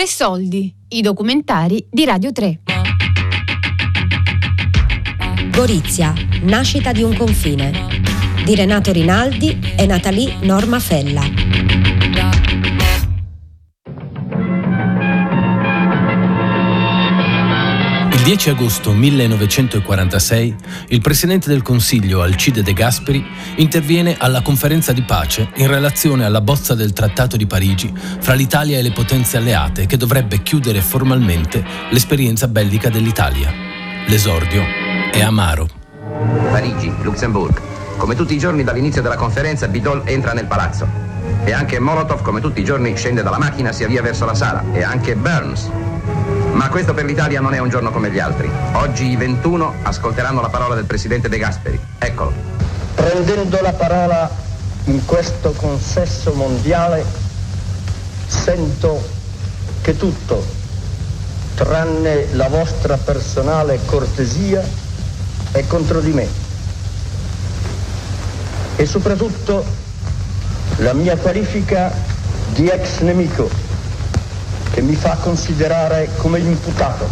soldi, i documentari di Radio 3. Gorizia, nascita di un confine, di Renato Rinaldi e Nathalie Norma Fella. Il 10 agosto 1946 il Presidente del Consiglio Alcide De Gasperi interviene alla conferenza di pace in relazione alla bozza del Trattato di Parigi fra l'Italia e le potenze alleate che dovrebbe chiudere formalmente l'esperienza bellica dell'Italia. L'esordio è amaro. Parigi, Luxembourg. Come tutti i giorni dall'inizio della conferenza, Bidol entra nel palazzo. E anche Molotov, come tutti i giorni, scende dalla macchina, si avvia verso la sala. E anche Burns. Ma questo per l'Italia non è un giorno come gli altri. Oggi i 21 ascolteranno la parola del Presidente De Gasperi. Eccolo. Prendendo la parola in questo consesso mondiale, sento che tutto, tranne la vostra personale cortesia, è contro di me. E soprattutto la mia qualifica di ex nemico, che mi fa considerare come imputato,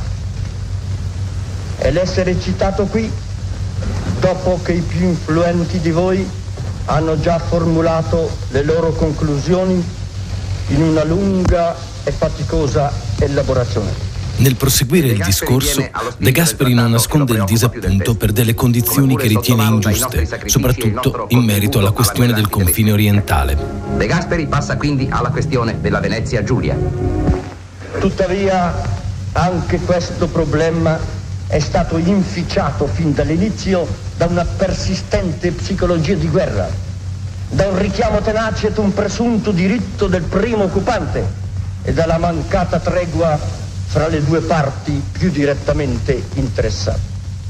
e l'essere citato qui dopo che i più influenti di voi hanno già formulato le loro conclusioni in una lunga e faticosa elaborazione. Nel proseguire il discorso, De Gasperi non nasconde il disappunto per delle condizioni che ritiene ingiuste, soprattutto in merito alla questione del confine orientale. De Gasperi passa quindi alla questione della Venezia Giulia. Tuttavia, anche questo problema è stato inficiato fin dall'inizio da una persistente psicologia di guerra, da un richiamo tenace ad un presunto diritto del primo occupante e dalla mancata tregua fra le due parti più direttamente interessate.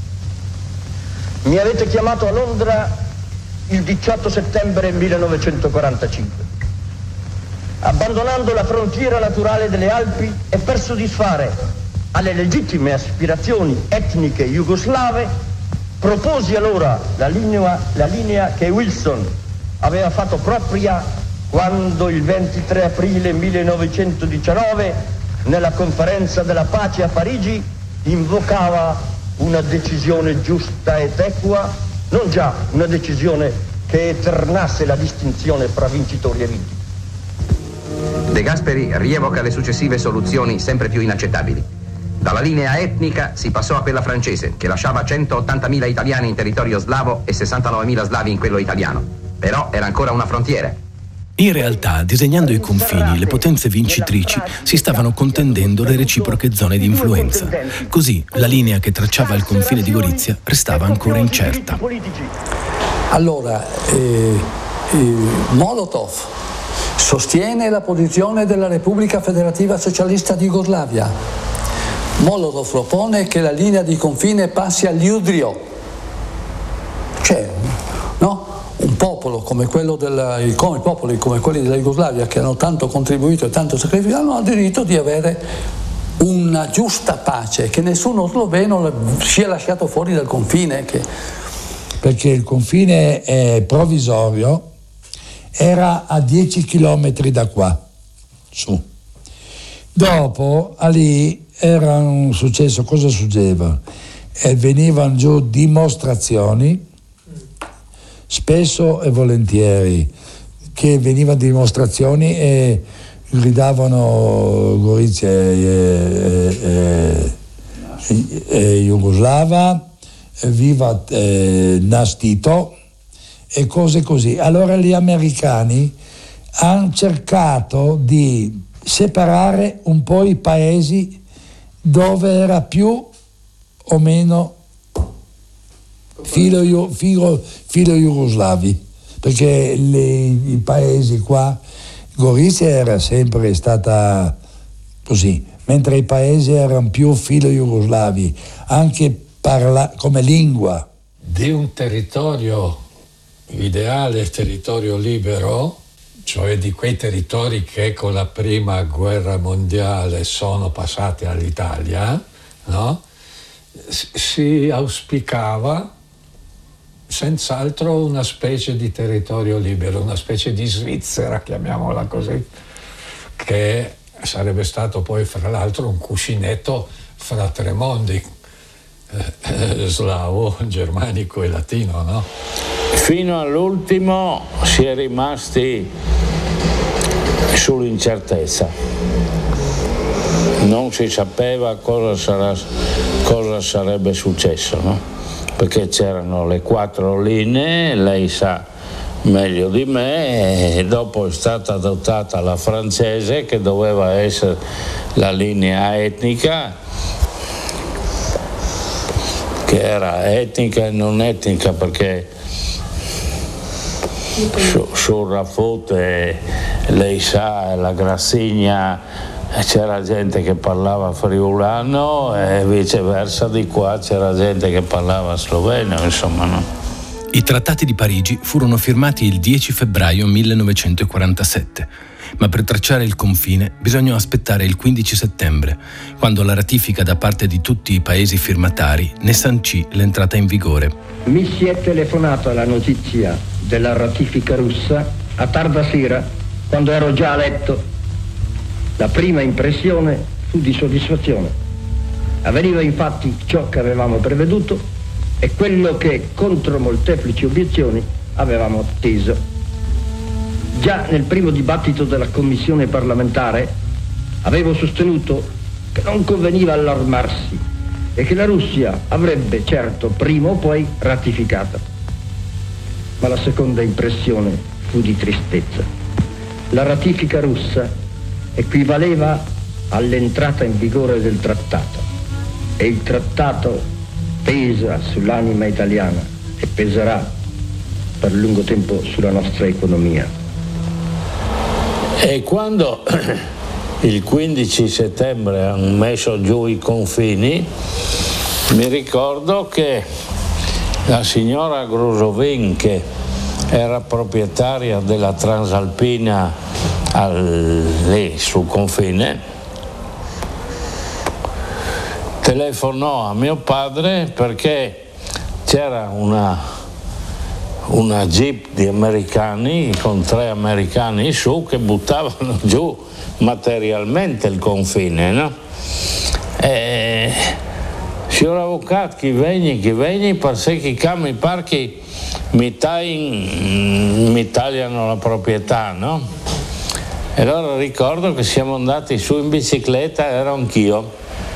Mi avete chiamato a Londra il 18 settembre 1945. Abbandonando la frontiera naturale delle Alpi e per soddisfare alle legittime aspirazioni etniche jugoslave, proposi allora la linea che Wilson aveva fatto propria quando il 23 aprile 1919, nella conferenza della pace a Parigi, invocava una decisione giusta ed equa, non già una decisione che eternasse la distinzione fra vincitori e vinti. De Gasperi rievoca le successive soluzioni sempre più inaccettabili. Dalla linea etnica si passò a quella francese, che lasciava 180.000 italiani in territorio slavo e 69.000 slavi in quello italiano. Però era ancora una frontiera. In realtà, disegnando i confini, le potenze vincitrici si stavano contendendo le reciproche zone di influenza. Così, la linea che tracciava il confine di Gorizia restava ancora incerta. Allora, Molotov sostiene la posizione della Repubblica Federativa Socialista di Jugoslavia. Molotov propone che la linea di confine passi all'Udrio. Cioè, no? Un popolo come quello come popoli come quelli della Jugoslavia, che hanno tanto contribuito e tanto sacrificato, hanno diritto di avere una giusta pace, che nessuno sloveno sia lasciato fuori dal confine. Perché il confine è provvisorio, era a 10 chilometri da qua, su. Dopo, lì era un successo, cosa succedeva? Venivano giù dimostrazioni, spesso e volentieri, che venivano dimostrazioni e gridavano Gorizia e Jugoslava, viva nas Tito, e cose così. Allora gli americani hanno cercato di separare un po' i paesi dove era più o meno filo jugoslavi, perché i paesi qua, Gorizia era sempre stata così, mentre i paesi erano più filo jugoslavi, anche come lingua. Di un territorio ideale, territorio libero, cioè di quei territori che con la prima guerra mondiale sono passati all'Italia, no? Si auspicava senz'altro una specie di territorio libero, una specie di Svizzera, chiamiamola così, che sarebbe stato poi fra l'altro un cuscinetto fra tre mondi, slavo, germanico e latino, no? Fino all'ultimo si è rimasti sull'incertezza, non si sapeva cosa sarebbe successo, no? Perché c'erano le 4 linee, lei sa meglio di me, e dopo è stata adottata la francese, che doveva essere la linea etnica, che era etnica e non etnica, perché sul Rafute, lei sa, la Grassigna, c'era gente che parlava friulano e viceversa di qua c'era gente che parlava sloveno, insomma, no? I trattati di Parigi furono firmati il 10 febbraio 1947, ma per tracciare il confine bisognò aspettare il 15 settembre, quando la ratifica da parte di tutti i paesi firmatari ne sancì l'entrata in vigore. Mi si è telefonata la notizia della ratifica russa a tarda sera, quando ero già a letto. La prima impressione fu di soddisfazione. Avveniva infatti ciò che avevamo preveduto e quello che, contro molteplici obiezioni, avevamo atteso. Già nel primo dibattito della commissione parlamentare avevo sostenuto che non conveniva allarmarsi e che la Russia avrebbe certo prima o poi ratificata. Ma la seconda impressione fu di tristezza. La ratifica russa equivaleva all'entrata in vigore del trattato e il trattato pesa sull'anima italiana e peserà per lungo tempo sulla nostra economia. E quando il 15 settembre hanno messo giù i confini, mi ricordo che la signora Grosovin, che era proprietaria della Transalpina lì sul confine, telefonò a mio padre perché c'era una jeep di americani con 3 americani su che buttavano giù materialmente il confine, no? E signor avvocato, chi vegni, perché chi cami parchi mi tagliano la proprietà, no? E allora ricordo che siamo andati su in bicicletta, ero anch'io,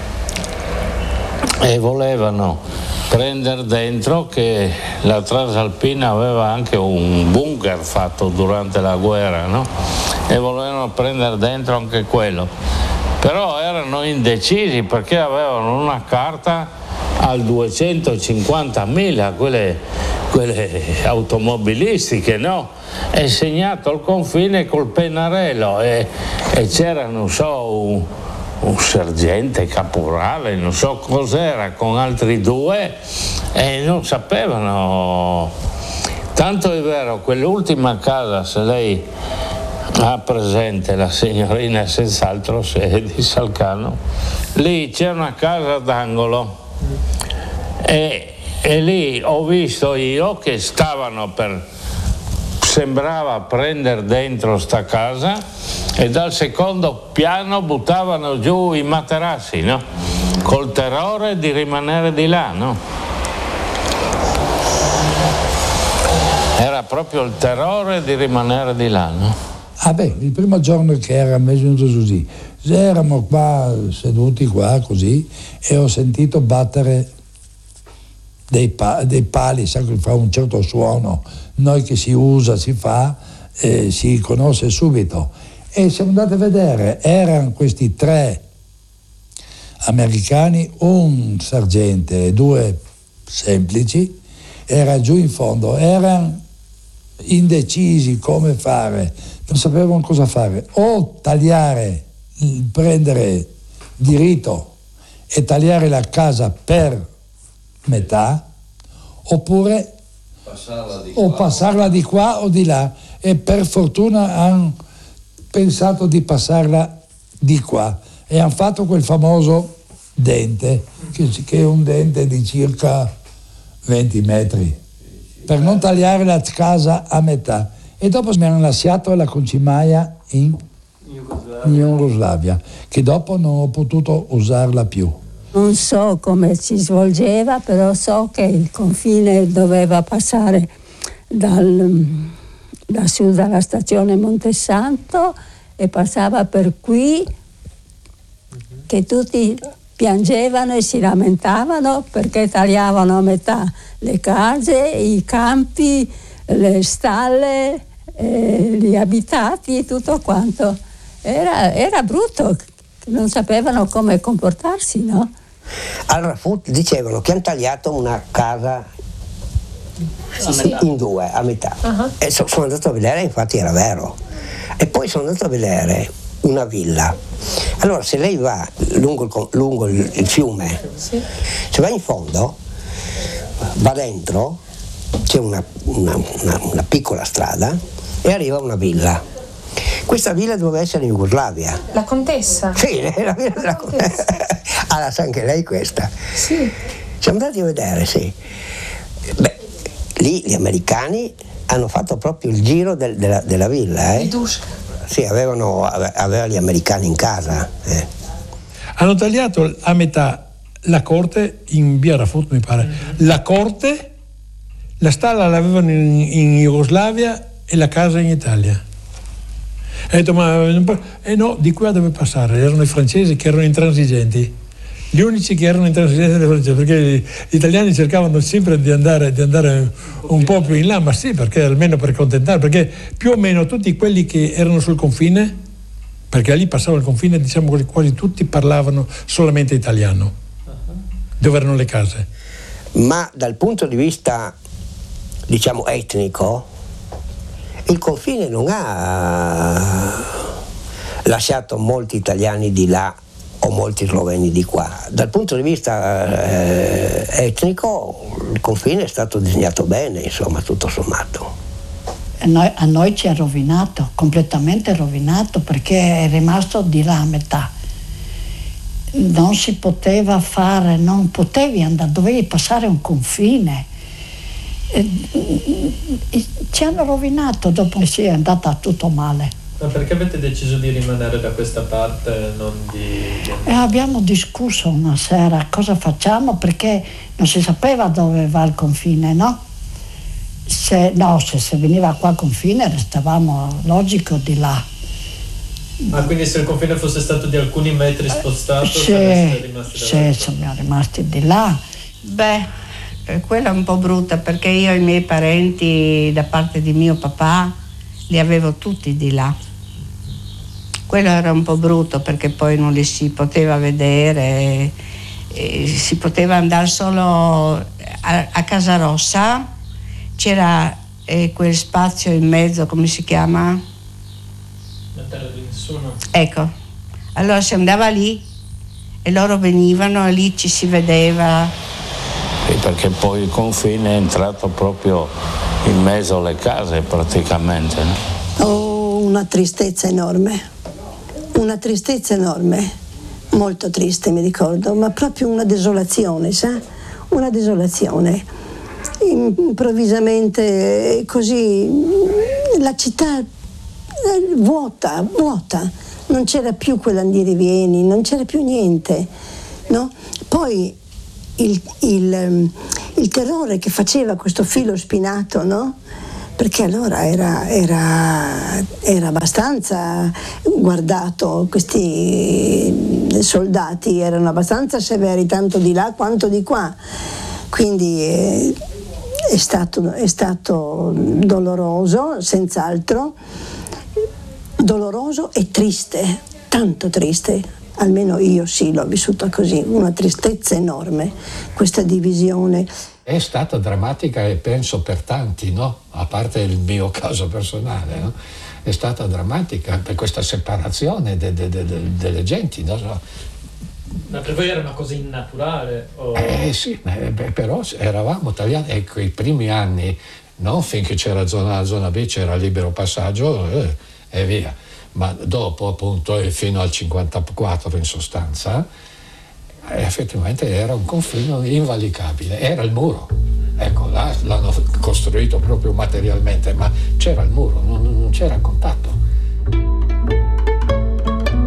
e volevano prendere dentro, che la Transalpina aveva anche un bunker fatto durante la guerra, no? E volevano prendere dentro anche quello, però erano indecisi perché avevano una carta al 250.000, quelle automobilistiche, no? E segnato il confine col pennarello e c'era, non so, un sergente caporale, non so cos'era, con altri 2 e non sapevano. Tanto è vero, quell'ultima casa, se lei ha presente, la signorina senz'altro se è di Salcano, lì c'è una casa d'angolo e lì ho visto io che stavano sembrava prendere dentro sta casa e dal secondo piano buttavano giù i materassi, no? Col terrore di rimanere di là, no? Era proprio il terrore di rimanere di là, no? Il primo giorno che era venuto così, eravamo qua seduti qua così e ho sentito battere dei pali, sai che fa un certo suono, noi che si usa, si fa, si conosce subito. E siamo andati a vedere, erano questi 3 americani, un sergente e 2 semplici, era giù in fondo, erano indecisi come fare, non sapevano cosa fare, o tagliare, prendere diritto e tagliare la casa per metà, oppure passarla di qua o di là, e per fortuna hanno pensato di passarla di qua e hanno fatto quel famoso dente, che è un dente di circa 20 metri, per non tagliare la casa a metà. E dopo mi hanno lasciato la concimaia in in Jugoslavia, che dopo non ho potuto usarla più. Non so come si svolgeva, però so che il confine doveva passare da sud dalla stazione Montesanto e passava per qui, che tutti piangevano e si lamentavano perché tagliavano a metà le case, i campi, le stalle, gli abitati, tutto quanto. Era brutto, non sapevano come comportarsi, no? Al Rafut dicevano che hanno tagliato una casa in due, a metà. E sono andato a vedere, infatti era vero. E poi sono andato a vedere una villa. Allora, se lei va lungo il fiume, se va in fondo, va dentro, c'è una piccola strada e arriva una villa. Questa villa doveva essere in Jugoslavia. La contessa? Sì, la villa della contessa. La sa anche lei questa? Sì. Siamo andati a vedere, sì. Beh, lì gli americani hanno fatto proprio il giro della villa. Di Duška. Sì, aveva gli americani in casa. Hanno tagliato a metà la corte in via Rafut, mi pare. La corte, la stalla l'avevano in Jugoslavia e la casa in Italia. E ho detto, ma no, di qua deve passare. Erano i francesi che erano intransigenti. Gli unici che erano intransigenti, perché gli italiani cercavano sempre di andare un po' più in là, ma sì, perché almeno per contentare, perché più o meno tutti quelli che erano sul confine, perché lì passava il confine, diciamo che quasi tutti parlavano solamente italiano, dove erano le case. Ma dal punto di vista, diciamo, etnico, il confine non ha lasciato molti italiani di là o molti sloveni di qua. Dal punto di vista etnico il confine è stato disegnato bene, insomma, tutto sommato. A noi ci è rovinato, completamente rovinato, perché è rimasto di là a metà. Non si poteva fare, non potevi andare, dovevi passare un confine. Ci hanno rovinato, dopo sì, è andata tutto male. Ma perché avete deciso di rimanere da questa parte, non di... Abbiamo discusso una sera cosa facciamo, perché non si sapeva dove va il confine, no? Se veniva qua al confine restavamo, logico, di là. Quindi se il confine fosse stato di alcuni metri spostato, sareste rimasti sì, siamo rimasti di là. Beh, quella è un po' brutta, perché io i miei parenti da parte di mio papà li avevo tutti di là. Quello era un po' brutto, perché poi non li si poteva vedere, si poteva andare solo a Casarossa, c'era quel spazio in mezzo, come si chiama? La terra di nessuno. Ecco, allora si andava lì e loro venivano e lì ci si vedeva. E perché poi il confine è entrato proprio in mezzo alle case praticamente, no? Ho una tristezza enorme, molto triste, mi ricordo, ma proprio una desolazione, sa? Una desolazione. Improvvisamente così la città vuota, non c'era più quell'andire e vieni, non c'era più niente, no? Poi il terrore che faceva questo filo spinato, no? Perché allora era abbastanza guardato, questi soldati erano abbastanza severi tanto di là quanto di qua, quindi è stato doloroso, senz'altro, doloroso e triste, tanto triste. Almeno io sì, l'ho vissuta così, una tristezza enorme, questa divisione. È stata drammatica, e penso per tanti, no? A parte il mio caso personale, no? È stata drammatica per questa separazione delle genti, no? Ma per voi era una cosa innaturale? O... Sì, però eravamo italiani, ecco, i primi anni, no? Finché c'era zona B, c'era libero passaggio e via. Ma dopo, appunto, fino al 54 in sostanza, effettivamente era un confine invalicabile, era il muro. Ecco, là l'hanno costruito proprio materialmente, ma c'era il muro, non c'era contatto.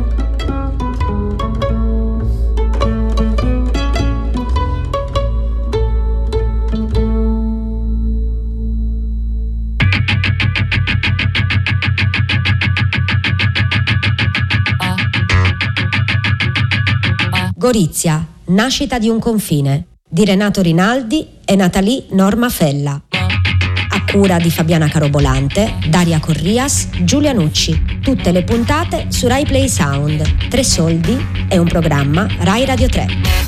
Gorizia, nascita di un confine, di Renato Rinaldi e Nathalie Norma Fella. A cura di Fabiana Carobolante, Daria Corrias, Giulia Nucci. Tutte le puntate su Rai Play Sound. 3 soldi è un programma Rai Radio 3.